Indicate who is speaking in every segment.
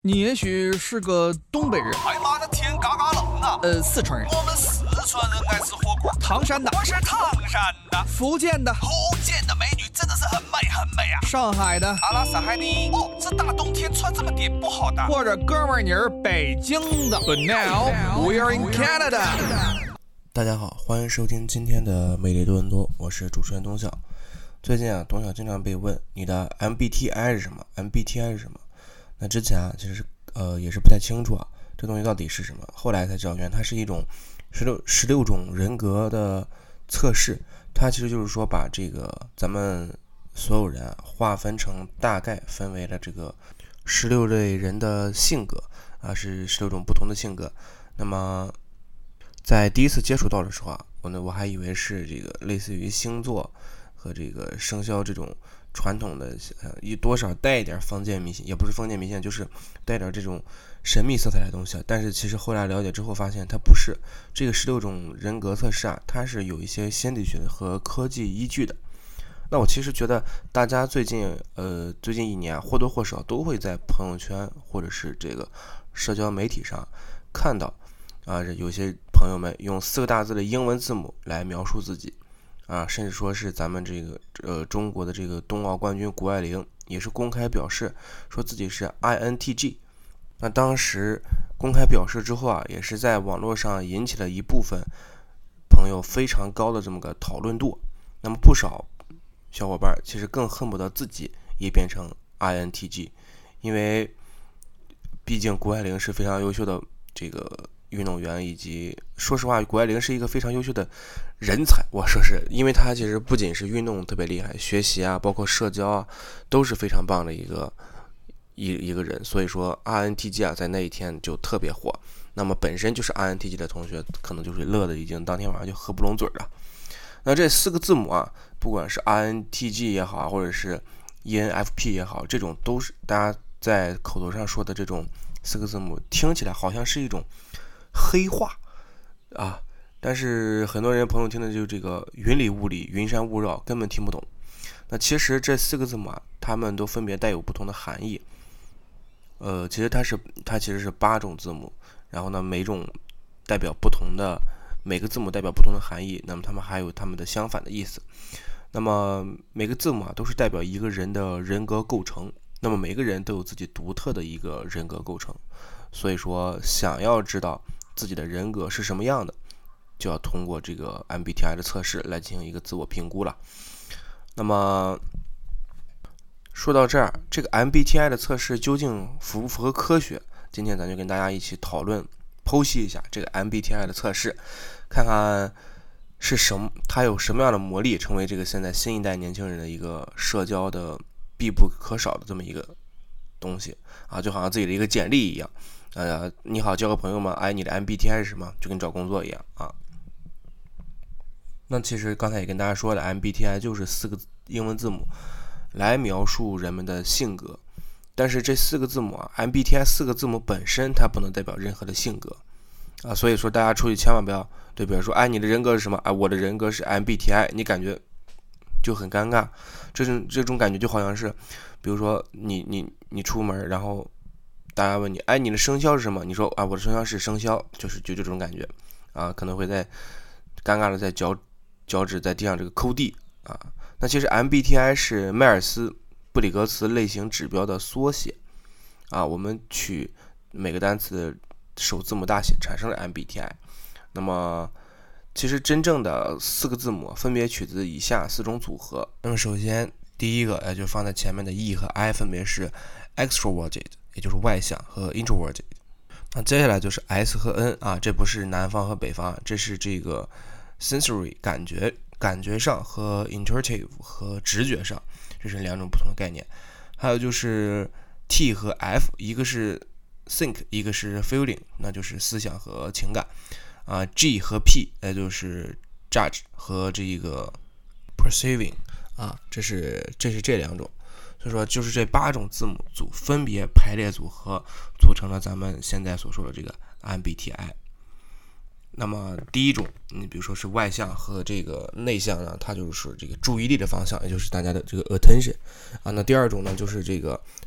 Speaker 1: 你也许是个东北人。
Speaker 2: 哎妈的天嘎嘎冷啊！
Speaker 1: 四川人。
Speaker 2: 我们四川人爱吃火锅。
Speaker 1: 唐山的。
Speaker 2: 我是唐山的。
Speaker 1: 福建的。
Speaker 2: 福建的美女真的是很美很美啊。
Speaker 1: 上海的。
Speaker 2: 阿拉斯海尼。哦，这大冬天穿这么点不好的。
Speaker 1: 或者哥们儿你是北京的。But now we're in Canada。
Speaker 3: 大家好，欢迎收听今天的美丽多伦多，我是主持人东晓。最近东晓经常被问你的 MBTI 是什么 MBTI 是什么。那之前其实也是不太清楚这东西到底是什么，后来才知道原来它是一种16种人格的测试。它其实就是说把这个咱们所有人划分成大概分为了这个16类人的性格是16种不同的性格。那么在第一次接触到的时候我还以为是这个类似于星座和这个生肖这种传统的多少带一点封建迷信，也不是封建迷信，就是带点这种神秘色彩的东西。但是其实后来了解之后发现它不是。这个16种人格测试它是有一些心理学和科技依据的。那我其实觉得大家最近一年或多或少都会在朋友圈或者是这个社交媒体上看到有些朋友们用4个大字的英文字母来描述自己甚至说是咱们这个中国的这个冬奥冠军谷爱凌也是公开表示说自己是 INTJ。 那当时公开表示之后也是在网络上引起了一部分朋友非常高的这么个讨论度。那么不少小伙伴其实更恨不得自己也变成 INTJ， 因为毕竟谷爱凌是非常优秀的这个运动员，以及说实话谷爱凌是一个非常优秀的人才。我说是因为他其实不仅是运动特别厉害，学习包括社交都是非常棒的一个人。所以说 INTJ 在那一天就特别火。那么本身就是 INTJ 的同学可能就是乐的已经当天晚上就合不拢嘴了。那这4个字母不管是 INTJ 也好或者是 ENFP 也好，这种都是大家在口头上说的这种4个字母，听起来好像是一种黑话但是很多人朋友听的就这个云里雾里云山雾绕，根本听不懂。那其实这4个字母它们都分别带有不同的含义。其实它其实是8种字母，然后呢每个字母代表不同的含义，那么它们还有它们的相反的意思。那么每个字母都是代表一个人的人格构成，那么每个人都有自己独特的一个人格构成。所以说想要知道自己的人格是什么样的，就要通过这个 MBTI 的测试来进行一个自我评估了。那么说到这儿，这个 MBTI 的测试究竟符不符合科学？今天咱就跟大家一起讨论剖析一下这个 MBTI 的测试，看看它有什么样的魔力，成为这个现在新一代年轻人的一个社交的必不可少的这么一个东西就好像自己的一个简历一样。你好，交个朋友吗？你的 MBTI 是什么？就跟找工作一样那其实刚才也跟大家说的 MBTI 就是4个英文字母来描述人们的性格。但是这4个字母MBTI 4个字母本身它不能代表任何的性格所以说大家出去千万不要对别人说你的人格是什么我的人格是 MBTI， 你感觉就很尴尬。这种感觉就好像是比如说你出门，然后大家问你你的生肖是什么，你说我的生肖是生肖，就这种感觉可能会在尴尬的在脚趾在地上这个抠地那其实 MBTI 是迈尔斯布里格茨类型指标的缩写我们取每个单词的首字母大写产生了 MBTI。那么其实真正的4个字母分别取自以下4种组合。那么首先第一个就放在前面的 E 和 I 分别是 extroverted 也就是外向和 introverted。那接下来就是 S 和 N 这不是南方和北方，这是这个 sensory 感觉上和 intuitive 和直觉上，这是2种不同的概念。还有就是 T 和 F， 一个是 think 一个是 feeling， 那就是思想和情感G 和 P 那就是 judge 和这个 perceiving这是这2种。所以说就是这8种字母组分别排列组合组成了咱们现在所说的这个 MBTI。那么第一种你比如说是外向和这个内向呢，它就是这个注意力的方向，也就是大家的这个 attention那第二种呢就是这个是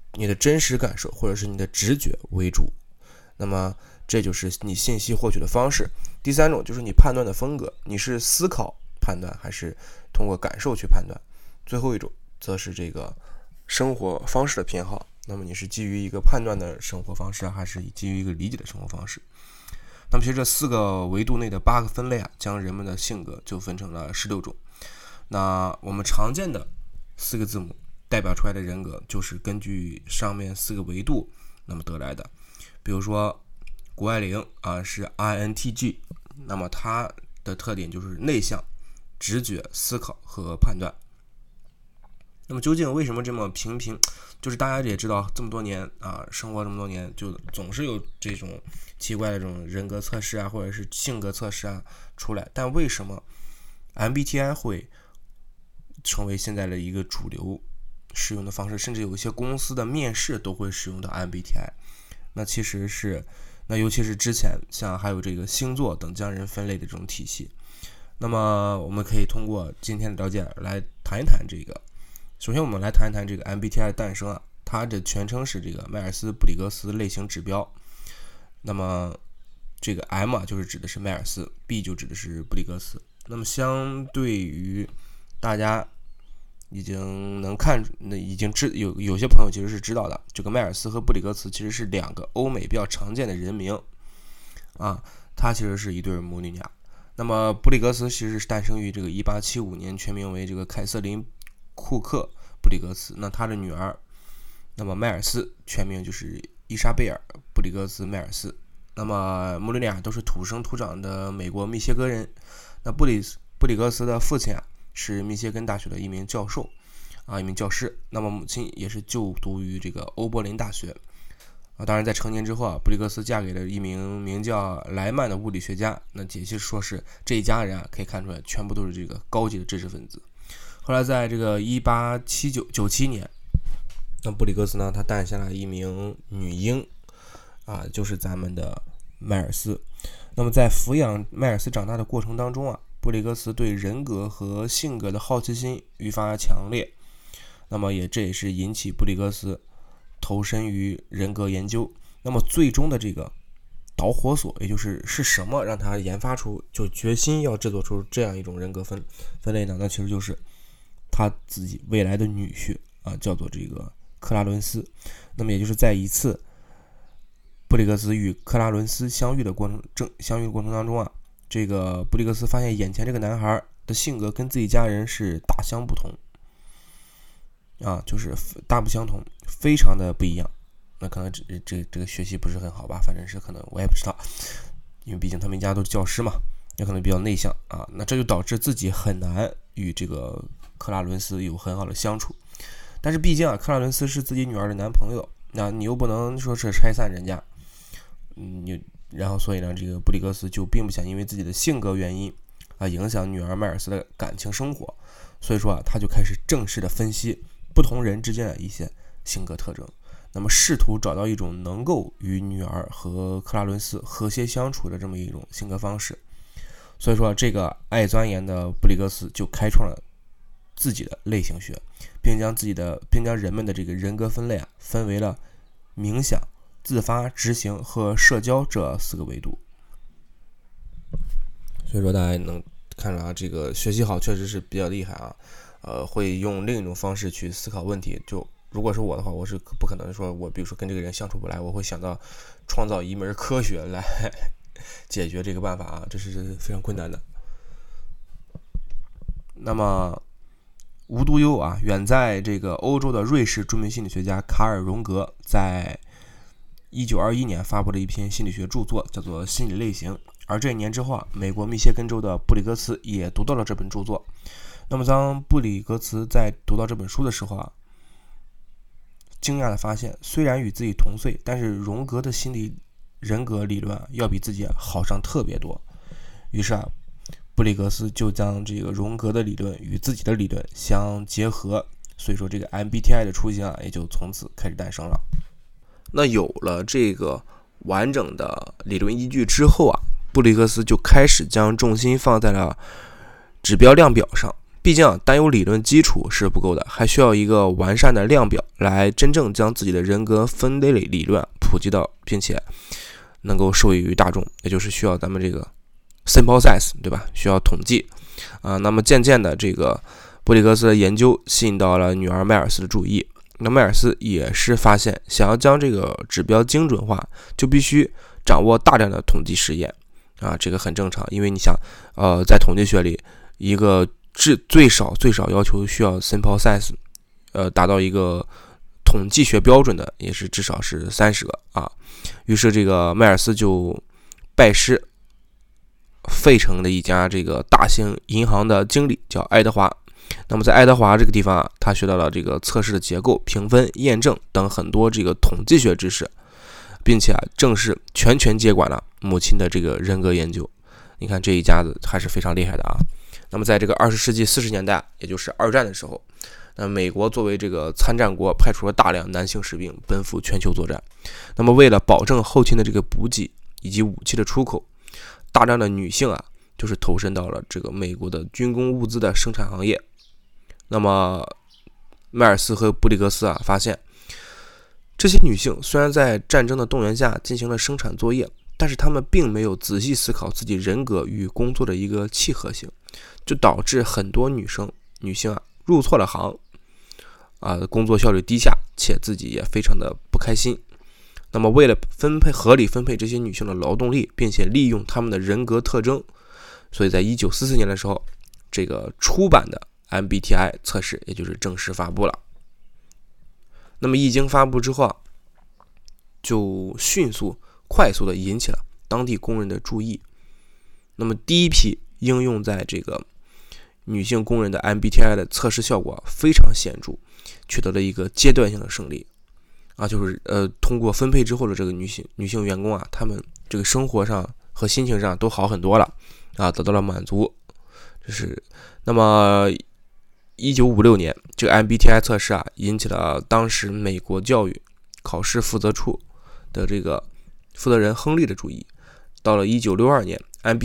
Speaker 3: 你的真实感受或者是你的直觉为主，那么这就是你信息获取的方式。第三种就是你判断的风格，你是思考判断还是通过感受去判断。最后一种则是这个生活方式的偏好，那么你是基于一个判断的生活方式还是基于一个理解的生活方式。那么其实这4个维度内的8个分类将人们的性格就分成了16种。那我们常见的4个字母代表出来的人格就是根据上面4个维度那么得来的。比如说谷爱凌是 INTJ， 那么它的特点就是内向、直觉、思考和判断。那么究竟为什么这么平，就是大家也知道这么多年生活这么多年，就总是有这种奇怪的这种人格测试或者是性格测试出来，但为什么 MBTI 会成为现在的一个主流使用的方式，甚至有一些公司的面试都会使用到 MBTI？ 那其实是尤其是之前像还有这个星座等将人分类的这种体系。那么我们可以通过今天的了解来谈一谈这个。首先我们来谈一谈这个 MBTI 的诞生它的全称是这个迈尔斯布里格斯类型指标。那么这个 M 就是指的是迈尔斯， B 就指的是布里格斯。那么相对于大家已经能看，有些朋友其实是知道的，这个迈尔斯和布里格斯其实是2个欧美比较常见的人名它其实是一对母女俩。那么布里格斯其实是诞生于这个1875年，全名为这个凯瑟琳库克布里格斯。那他的女儿那么迈尔斯全名就是伊莎贝尔布里格斯迈尔斯。那么母女俩都是土生土长的美国密歇根人。那布里格斯的父亲是密歇根大学的一名教授一名教师。那么母亲也是就读于这个欧柏林大学当然在成年之后布里格斯嫁给了一名名叫莱曼的物理学家。那解析说是这一家人可以看出来全部都是这个高级的知识分子。后来在这个1897年，那布里格斯呢，他诞下了一名女婴就是咱们的迈尔斯。那么在抚养迈尔斯长大的过程当中布里格斯对人格和性格的好奇心愈发强烈。那么这也是引起布里格斯投身于人格研究。那么最终的这个导火索，也就是什么让他研发出就决心要制作出这样一种人格分类呢？那其实就是他自己未来的女婿叫做这个克拉伦斯。那么也就是在一次布里格斯与克拉伦斯相遇的过程当中这个布里格斯发现眼前这个男孩的性格跟自己家人是大相不同就是大不相同，非常的不一样。那可能这个学习不是很好吧，反正是可能我也不知道，因为毕竟他们家都是教师嘛，也可能比较内向那这就导致自己很难与这个克拉伦斯有很好的相处。但是毕竟克拉伦斯是自己女儿的男朋友，那你又不能说是拆散人家，然后所以呢，这个布里格斯就并不想因为自己的性格原因影响女儿迈尔斯的感情生活。所以说他就开始正式的分析不同人之间的一些性格特征，那么试图找到一种能够与女儿和克拉伦斯和谐相处的这么一种性格方式。所以说这个爱钻研的布里格斯就开创了自己的类型学，并将人们的这个人格分类分为了冥想、自发执行和社交这4个维度。所以说大家能看出这个学习好确实是比较厉害会用另一种方式去思考问题。就如果是我的话，我是不可能说我比如说跟这个人相处不来，我会想到创造一门科学来解决这个办法这是非常困难的。那么无独有偶远在这个欧洲的瑞士著名心理学家卡尔·荣格在1921年发布了一篇心理学著作，叫做《心理类型》。而这一年之后美国密歇根州的布里格茨也读到了这本著作。那么当布里格茨在读到这本书的时候惊讶地发现，虽然与自己同岁，但是荣格的心理人格理论要比自己好上特别多。于是布里格斯就将这个荣格的理论与自己的理论相结合，所以说这个 MBTI 的雏形也就从此开始诞生了。那有了这个完整的理论依据之后布里格斯就开始将重心放在了指标量表上， 毕竟单有理论基础是不够的，还需要一个完善的量表来真正将自己的人格分类理论普及到，并且能够受益于大众，也就是需要咱们这个 sample size， 对吧？需要统计那么渐渐的，这个布里格斯的研究吸引到了女儿迈尔斯的注意。那迈尔斯也是发现，想要将这个指标精准化，就必须掌握大量的统计实验这个很正常，因为你想在统计学里，一个最少要求需要 sample size， 达到一个统计学标准的，也是至少是30个于是这个迈尔斯就拜师费城的一家这个大型银行的经理，叫爱德华。那么在爱德华这个地方他学到了这个测试的结构、评分、验证等很多这个统计学知识，并且正式全权接管了母亲的这个人格研究。你看这一家子还是非常厉害的那么在这个20世纪40年代，也就是二战的时候，美国作为这个参战国，派出了大量男性士兵奔赴全球作战。那么为了保证后勤的这个补给以及武器的出口，大量的女性就是投身到了这个美国的军工物资的生产行业。那么迈尔斯和布里格斯发现，这些女性虽然在战争的动员下进行了生产作业，但是她们并没有仔细思考自己人格与工作的一个契合性，就导致很多女性入错了行工作效率低下，且自己也非常的不开心。那么为了合理分配这些女性的劳动力，并且利用她们的人格特征，所以在1944年的时候，这个出版的MBTI 测试也就是正式发布了。那么一经发布之后就快速的引起了当地工人的注意。那么第一批应用在这个女性工人的 MBTI 的测试效果非常显著，取得了一个阶段性的胜利就是通过分配之后的这个女性员工她们这个生活上和心情上都好很多了得到了满足。那么1956年，这个 MBTI 测试引起了当时美国教育考试负责处的这个负责人亨利的注意。到了1962年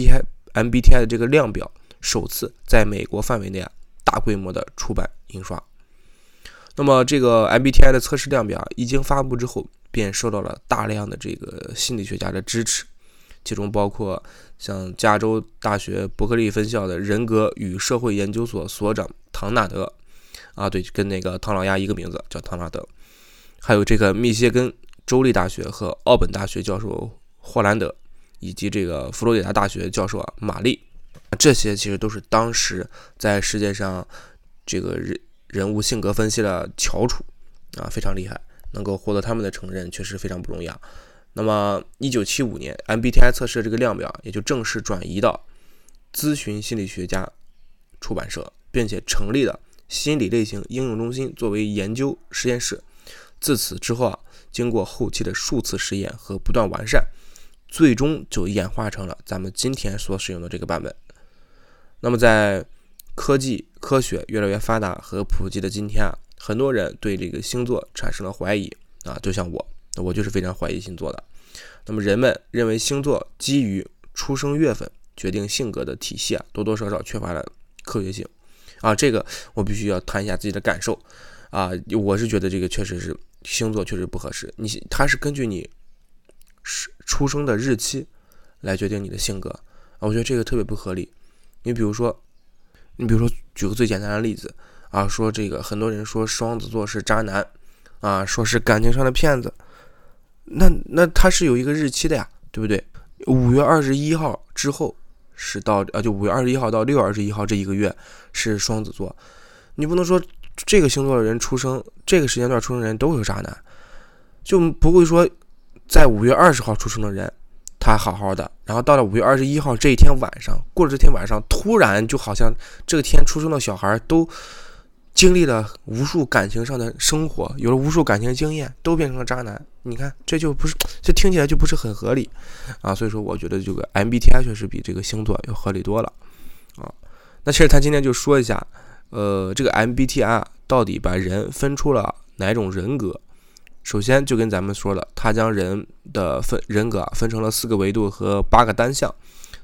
Speaker 3: MBTI 的这个量表首次在美国范围内大规模的出版印刷。那么这个 MBTI 的测试量表一经发布之后，便受到了大量的这个心理学家的支持，其中包括像加州大学伯克利分校的人格与社会研究所所长唐纳德对，跟那个唐老鸭一个名字，叫唐纳德。还有这个密歇根州立大学和奥本大学教授霍兰德，以及这个佛罗里达大学教授玛丽。这些其实都是当时在世界上这个人物性格分析的翘楚非常厉害，能够获得他们的承认确实非常不容易那么1975年 MBTI 测试的这个量表也就正式转移到咨询心理学家出版社，并且成立了心理类型应用中心作为研究实验室。自此之后经过后期的数次实验和不断完善，最终就演化成了咱们今天所使用的这个版本。那么在科学越来越发达和普及的今天很多人对这个星座产生了怀疑就像我就是非常怀疑星座的。那么人们认为星座基于出生月份决定性格的体系多多少少缺乏了科学性这个我必须要谈一下自己的感受我是觉得这个确实是星座确实不合适，它是根据你出生的日期来决定你的性格我觉得这个特别不合理。你比如说举个最简单的例子说这个很多人说双子座是渣男说是感情上的骗子，那它是有一个日期的呀，对不对？5月21号之后是就5月21号到6月21号这一个月是双子座，你不能说这个星座的人出生这个时间段出生的人都是渣男，就不会说在5月20号出生的人他好好的，然后到了5月21号这一天晚上，过了这天晚上，突然就好像这个天出生的小孩都经历了无数感情上的生活，有了无数感情经验，都变成了渣男。你看，这听起来就不是很合理所以说我觉得这个 MBTI 确实比这个星座要合理多了那其实他今天就说一下这个 MBTI 到底把人分出了哪种人格。首先就跟咱们说了，他将人的人格分成了4个维度和8个单项，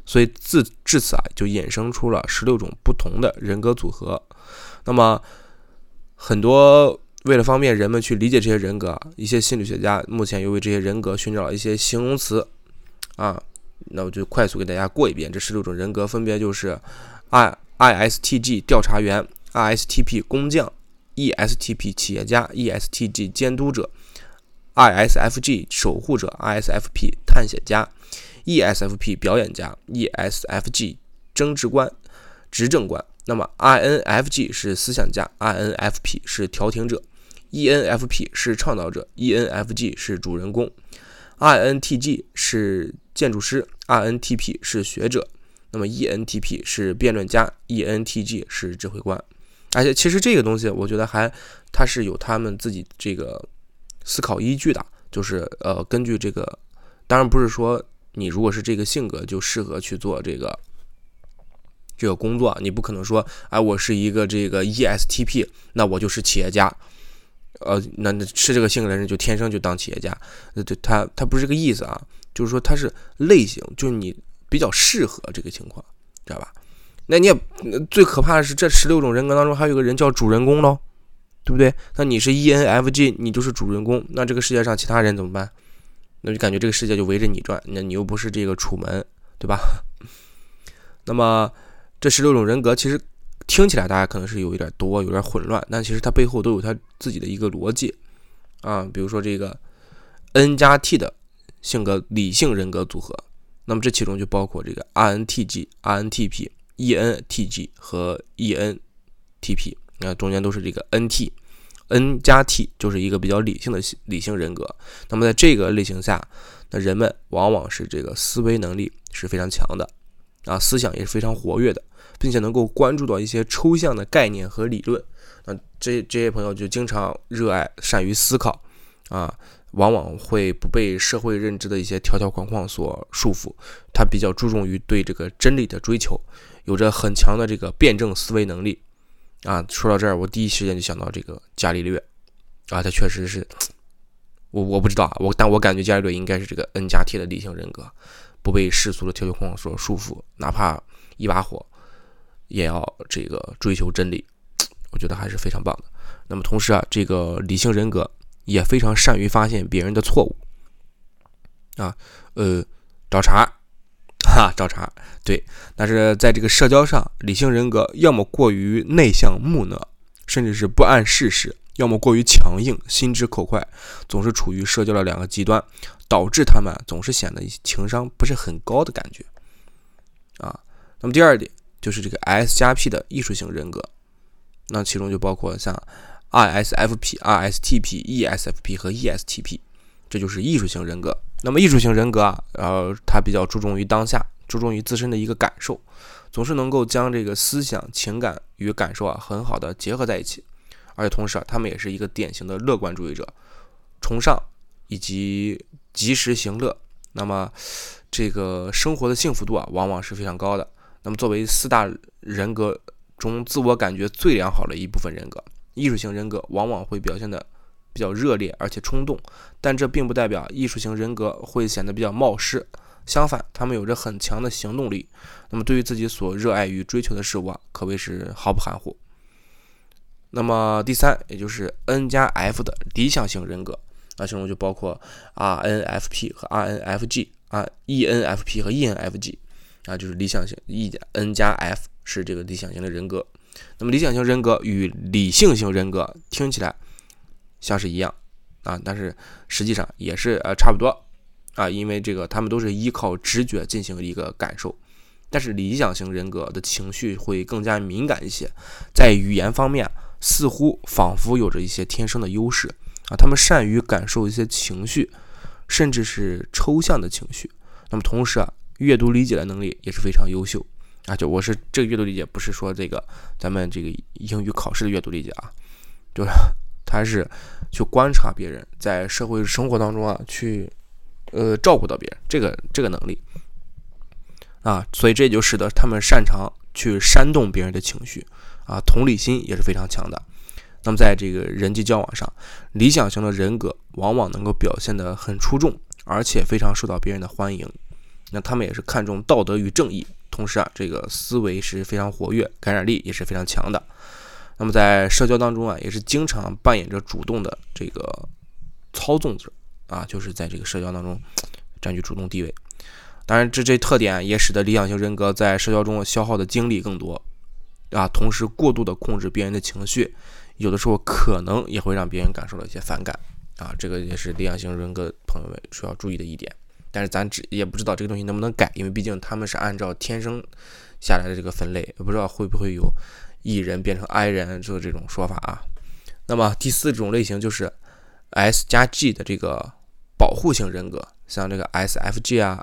Speaker 3: 所以至此就衍生出了16种不同的人格组合。那么很多为了方便人们去理解这些人格一些心理学家目前又为这些人格寻找了一些形容词那我就快速给大家过一遍。这16种人格分别就是 ISTG 调查员、ISTP 工匠、ESTP 企业家、ESTG 监督者、ISFG 守护者、ISFP 探险家、ESFP 表演家、ESFG 政治官、执政官。那么 INFG 是思想家， INFP 是调停者， ENFP 是倡导者， ENFG 是主人公， INTG 是建筑师， INTP 是学者，那么 ENTP 是辩论家， ENTG 是指挥官。而且其实这个东西我觉得它是有他们自己这个思考依据的，就是根据这个，当然不是说你如果是这个性格就适合去做这个工作，你不可能说我是一个这个 ESTP 那我就是企业家，那是这个性格的人就天生就当企业家，他不是这个意思啊，就是说他是类型，就是你比较适合这个情况，知道吧？那你也最可怕的是这16种人格当中还有一个人叫主人公咯，对不对？那你是 ENFG 你就是主人公，那这个世界上其他人怎么办？那就感觉这个世界就围着你转，那你又不是这个楚门，对吧？那么这16种人格其实听起来大家可能是有一点多，有点混乱，但其实它背后都有它自己的一个逻辑比如说这个 N+T 的性格理性人格组合，那么这其中就包括这个 INTG、INTP、ENTG 和 ENTP， 中间都是这个 N+T 就是一个比较理性的理性人格。那么在这个类型下，那人们往往是这个思维能力是非常强的思想也是非常活跃的，并且能够关注到一些抽象的概念和理论。这些朋友就经常热爱善于思考往往会不被社会认知的一些条条框框所束缚，他比较注重于对这个真理的追求，有着很强的这个辩证思维能力说到这儿，我第一时间就想到这个伽利略他确实是我不知道但我感觉伽利略应该是这个 N+T 的理性人格，不被世俗的条条框框所束缚，哪怕一把火也要这个追求真理，我觉得还是非常棒的。那么同时这个理性人格也非常善于发现别人的错误找茬对。但是在这个社交上，理性人格要么过于内向木讷，甚至是不谙世事，要么过于强硬，心直口快，总是处于社交的两个极端，导致他们总是显得情商不是很高的感觉那么第二点就是这个 S+P 的艺术型人格，那其中就包括像 ISFP、ISTP、ESFP 和 ESTP， 这就是艺术型人格。那么艺术型人格它比较注重于当下，注重于自身的一个感受，总是能够将这个思想、情感与感受很好的结合在一起，而且同时他们也是一个典型的乐观主义者，崇尚以及及时行乐。那么这个生活的幸福度往往是非常高的。那么作为4大人格中自我感觉最良好的一部分人格，艺术型人格往往会表现的比较热烈而且冲动，但这并不代表艺术型人格会显得比较冒失，相反他们有着很强的行动力，那么对于自己所热爱与追求的事物可谓是毫不含糊。那么第3，也就是 N+F 的理想型人格，其中就包括RNFP 和 RNFG、ENFP 和 ENFG，就是理想型 N+F 是这个理想型的人格。那么理想型人格与理性型人格听起来像是一样但是实际上也是差不多因为这个他们都是依靠直觉进行一个感受，但是理想型人格的情绪会更加敏感一些，在语言方面似乎仿佛有着一些天生的优势他们善于感受一些情绪，甚至是抽象的情绪。那么同时阅读理解的能力也是非常优秀就我是这个阅读理解不是说这个咱们这个英语考试的阅读理解就是他是去观察别人，在社会生活当中去照顾到别人这个能力所以这就使得他们擅长去煽动别人的情绪同理心也是非常强的。那么在这个人际交往上，理想型的人格往往能够表现得很出众，而且非常受到别人的欢迎那他们也是看重道德与正义，同时这个思维是非常活跃，感染力也是非常强的。那么在社交当中也是经常扮演着主动的这个操纵者就是在这个社交当中占据主动地位。当然这特点也使得理想型人格在社交中消耗的精力更多同时过度的控制别人的情绪，有的时候可能也会让别人感受到一些反感这个也是理想型人格朋友们需要注意的一点。但是咱也不知道这个东西能不能改，因为毕竟他们是按照天生下来的这个分类，也不知道会不会有E人变成 I 人这种说法那么第4种类型就是 S 加 G 的这个保护型人格，像这个 SFG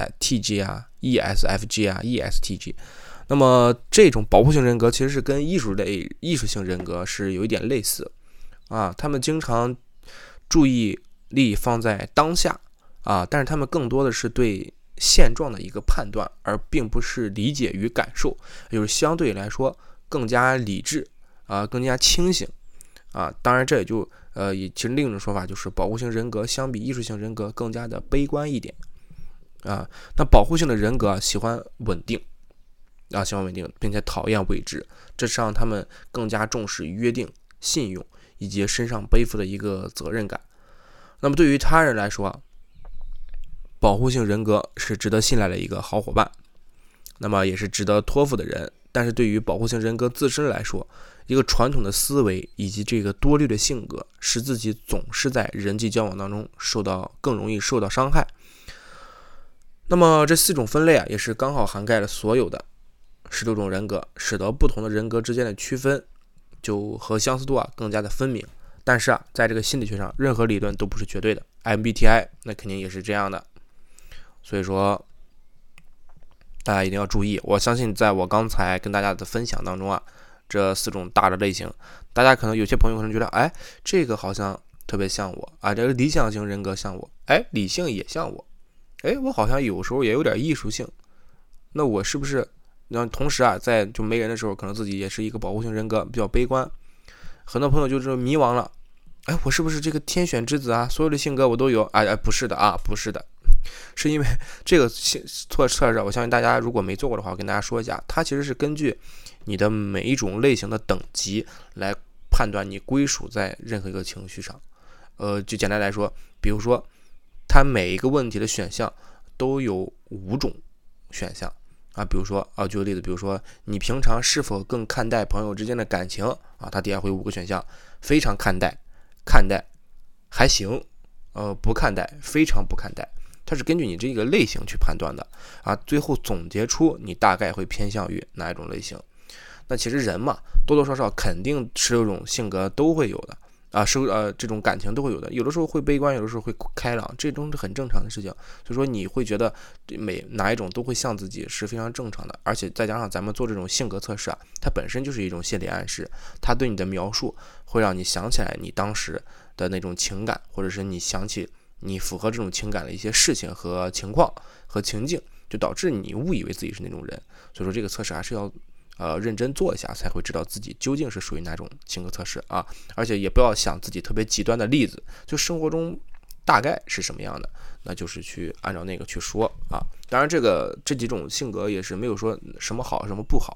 Speaker 3: STG ESFG ESTG。那么这种保护型人格其实是跟艺术性人格是有一点类似他们经常注意力放在当下但是他们更多的是对现状的一个判断，而并不是理解与感受，就是相对来说更加理智更加清醒当然这也就其实另一种说法就是保护型人格相比艺术性人格更加的悲观一点那保护性的人格喜欢稳定并且讨厌未知，这是让他们更加重视约定、信用以及身上背负的一个责任感。那么对于他人来说保护性人格是值得信赖的一个好伙伴，那么也是值得托付的人。但是对于保护型人格自身来说，一个传统的思维以及这个多虑的性格使自己总是在人际交往当中更容易受到伤害。那么这4种分类也是刚好涵盖了所有的16种人格，使得不同的人格之间的区分就和相似度更加的分明。但是在这个心理学上任何理论都不是绝对的， MBTI 那肯定也是这样的。所以说大家一定要注意，我相信在我刚才跟大家的分享当中这4种大的类型，大家可能有些朋友可能觉得这个好像特别像我这个理想型人格像我理性也像我我好像有时候也有点艺术性，那我是不是同时在就没人的时候可能自己也是一个保护型人格，比较悲观，很多朋友就是迷茫了我是不是这个天选之子所有的性格我都有不是的不是的，是因为这个测试我相信大家如果没做过的话，我跟大家说一下，它其实是根据你的每一种类型的等级来判断你归属在任何一个情绪上。就简单来说，比如说它每一个问题的选项都有5种选项比如说举个例子，比如说你平常是否更看待朋友之间的感情它底下会有5个选项，非常看待、还行、不看待、非常不看待，它是根据你这个类型去判断的最后总结出你大概会偏向于哪一种类型。那其实人嘛，多多少少肯定16种性格都会有的这种感情都会有的，有的时候会悲观，有的时候会开朗，这都是很正常的事情。所以说你会觉得哪一种都会像自己是非常正常的，而且再加上咱们做这种性格测试它本身就是一种心理暗示，它对你的描述会让你想起来你当时的那种情感，或者是你想起你符合这种情感的一些事情和情况和情境，就导致你误以为自己是那种人。所以说这个测试还是要认真做一下，才会知道自己究竟是属于哪种性格测试而且也不要想自己特别极端的例子，就生活中大概是什么样的，那就是去按照那个去说当然这几种性格也是没有说什么好什么不好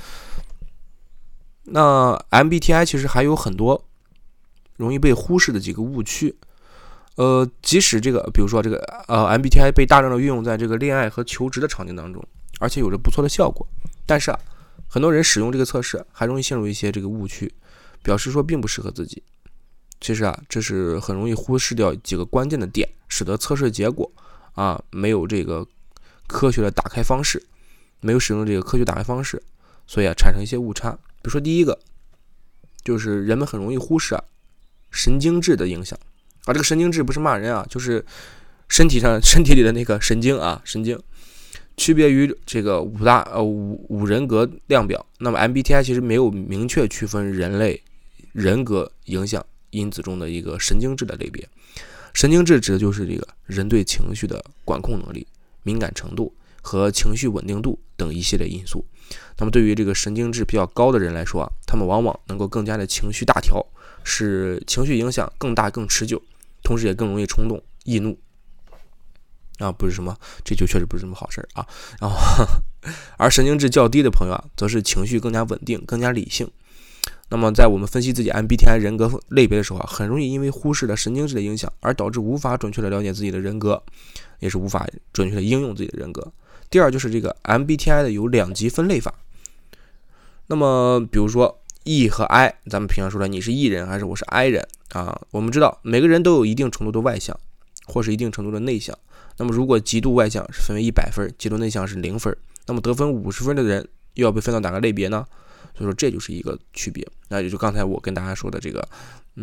Speaker 3: 那 MBTI 其实还有很多容易被忽视的几个误区。即使比如说这个MBTI 被大量的运用在这个恋爱和求职的场景当中，而且有着不错的效果，但是很多人使用这个测试还容易陷入一些这个误区，表示说并不适合自己。其实这是很容易忽视掉几个关键的点，使得测试结果没有这个科学的打开方式，没有使用这个科学打开方式，所以产生一些误差。比如说第一个就是人们很容易忽视神经质的影响这个神经质不是骂人就是身体里的那个神经神经。区别于这个五人格量表，那么 MBTI 其实没有明确区分人类人格影响因子中的一个神经质的类别。神经质指的就是这个人对情绪的管控能力、敏感程度和情绪稳定度等一系列因素。那么对于这个神经质比较高的人来说他们往往能够更加的情绪大条，使情绪影响更大更持久，同时也更容易冲动易怒。 啊，不是什么，这就确实不是什么好事啊。然后，而神经质较低的朋友啊，则是情绪更加稳定、更加理性。那么，在我们分析自己 MBTI 人格类别的时候啊，很容易因为忽视了神经质的影响，而导致无法准确的了解自己的人格，也是无法准确的应用自己的人格。第二就是这个 MBTI 的有2级分类法。那么，比如说 E 和 I， 咱们平常说的你是 E 人还是我是 I 人啊？我们知道每个人都有一定程度的外向，或是一定程度的内向。那么，如果极度外向是分为100分，极度内向是0分，那么得分50分的人又要被分到哪个类别呢？所以说这就是一个区别。那也就刚才我跟大家说的这个，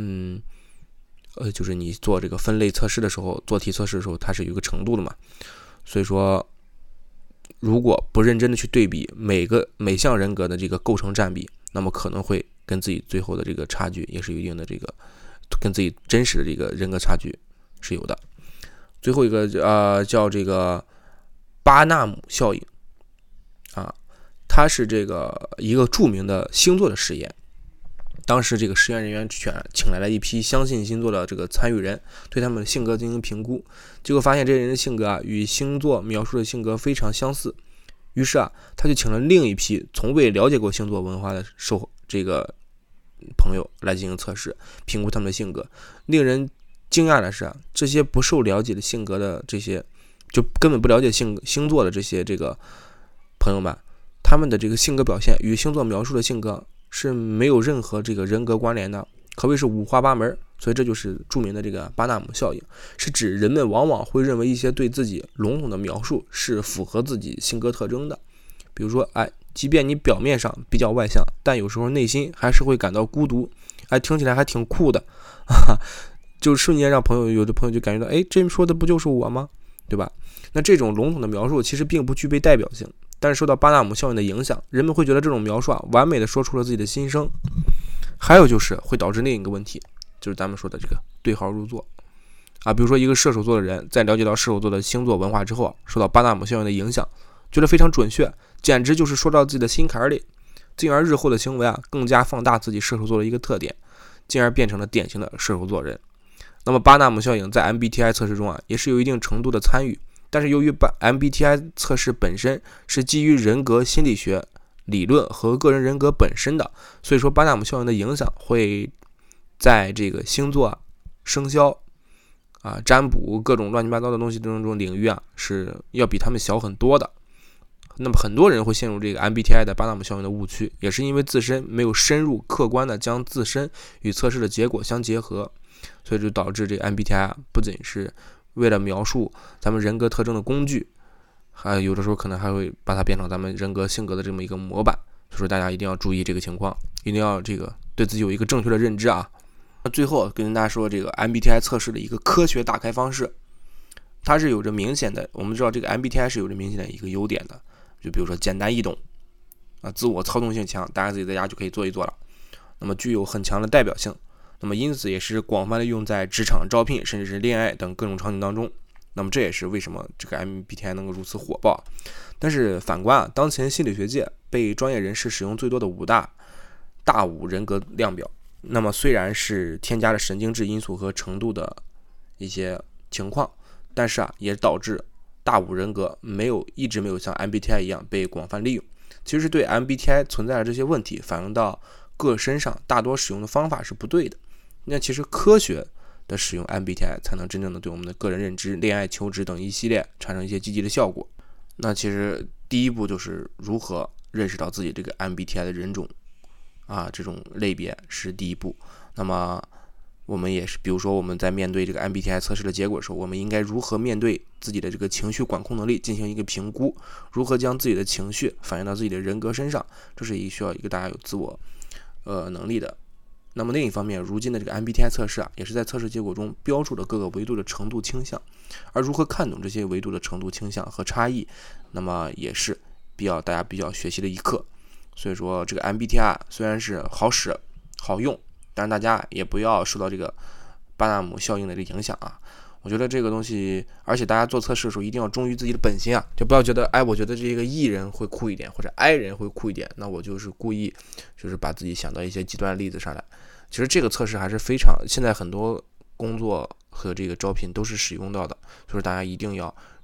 Speaker 3: 就是你做这个分类测试的时候，做题测试的时候，它是有一个程度的嘛。所以说，如果不认真的去对比每项人格的这个构成占比，那么可能会跟自己最后的这个差距也是有一定的这个跟自己真实的这个人格差距是有的。最后一个叫这个巴纳姆效应啊，它是这个一个著名的星座的实验。当时这个实验人员请来了一批相信星座的这个参与人，对他们的性格进行评估，结果发现这些人的性格与星座描述的性格非常相似。于是他就请了另一批从未了解过星座文化的这个朋友来进行测试，评估他们的性格。令人惊讶的是这些不受了解的性格的这些就根本不了解星座的这些这个朋友们，他们的这个性格表现与星座描述的性格是没有任何这个人格关联的，可谓是五花八门。所以这就是著名的这个巴纳姆效应，是指人们往往会认为一些对自己笼统的描述是符合自己性格特征的。比如说即便你表面上比较外向，但有时候内心还是会感到孤独，听起来还挺酷的就瞬间让有的朋友就感觉到，这说的不就是我吗？对吧？那这种笼统的描述其实并不具备代表性，但是受到巴纳姆效应的影响，人们会觉得这种描述完美的说出了自己的心声。还有就是会导致另一个问题，就是咱们说的这个对号入座比如说一个射手座的人在了解到射手座的星座文化之后受到巴纳姆效应的影响，觉得非常准确，简直就是说到自己的心坎里，进而日后的行为更加放大自己射手座的一个特点，进而变成了典型的射手座人。那么巴纳姆效应在 MBTI 测试中也是有一定程度的参与，但是由于MBTI 测试本身是基于人格心理学理论和个人人格本身的，所以说巴纳姆效应的影响会在这个星座生肖占卜各种乱七八糟的东西这种领域是要比他们小很多的。那么很多人会陷入这个 MBTI 的巴纳姆效应的误区，也是因为自身没有深入客观的将自身与测试的结果相结合，所以就导致这个 MBTI 不仅是为了描述咱们人格特征的工具，还有的时候可能还会把它变成咱们人格性格的这么一个模板。所以说大家一定要注意这个情况，一定要这个对自己有一个正确的认知那最后跟大家说这个 MBTI 测试的一个科学打开方式，它是有着明显的，我们知道这个 MBTI 是有着明显的一个优点的，就比如说简单易懂自我操纵性强，大家自己在家就可以做一做了。那么具有很强的代表性，那么因此也是广泛的用在职场招聘甚至是恋爱等各种场景当中。那么这也是为什么这个 MBTI 能够如此火爆。但是反观当前心理学界被专业人士使用最多的大五人格量表，那么虽然是添加了神经质因素和程度的一些情况，但是也导致大五人格一直没有像 MBTI 一样被广泛利用。其实是对 MBTI 存在的这些问题反映到个身上，大多使用的方法是不对的。那其实科学的使用 MBTI 才能真正的对我们的个人认知、恋爱、求职等一系列产生一些积极的效果。那其实第一步就是如何认识到自己这个 MBTI 的人种这种类别是第一步。那么我们也是，比如说我们在面对这个 MBTI 测试的结果的时候，我们应该如何面对自己的这个情绪管控能力进行一个评估，如何将自己的情绪反映到自己的人格身上，这是需要一个大家有自我能力的。那么另一方面，如今的这个 MBTI 测试也是在测试结果中标注了各个维度的程度倾向，而如何看懂这些维度的程度倾向和差异，那么也是大家比较学习的一课。所以说这个 MBTI 虽然是好使好用，但是大家也不要受到这个巴纳姆效应的这个影响我觉得这个东西，而且大家做测试的时候一定要忠于自己的本心就不要觉得我觉得这个 E 人会酷一点，或者 I 人会酷一点，那我就是故意就是把自己想到一些极端的例子上来。其实这个测试还是非常，现在很多工作和这个招聘都是使用到的，所以大家一定要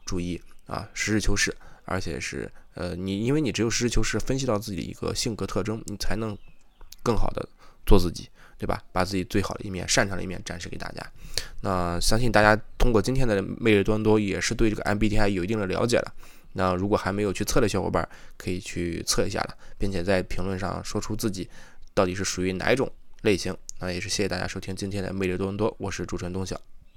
Speaker 3: 注意啊，实事求是，而且是因为你只有实事求是分析到自己的一个性格特征，你才能更好的做自己，对吧？把自己最好的一面、擅长的一面展示给大家。那相信大家通过今天的魅力多伦多也是对这个 MBTI 有一定的了解了。那如果还没有去测的小伙伴，可以去测一下了，并且在评论上说出自己到底是属于哪一种类型。那也是谢谢大家收听今天的魅力多伦多，我是主持人东晓。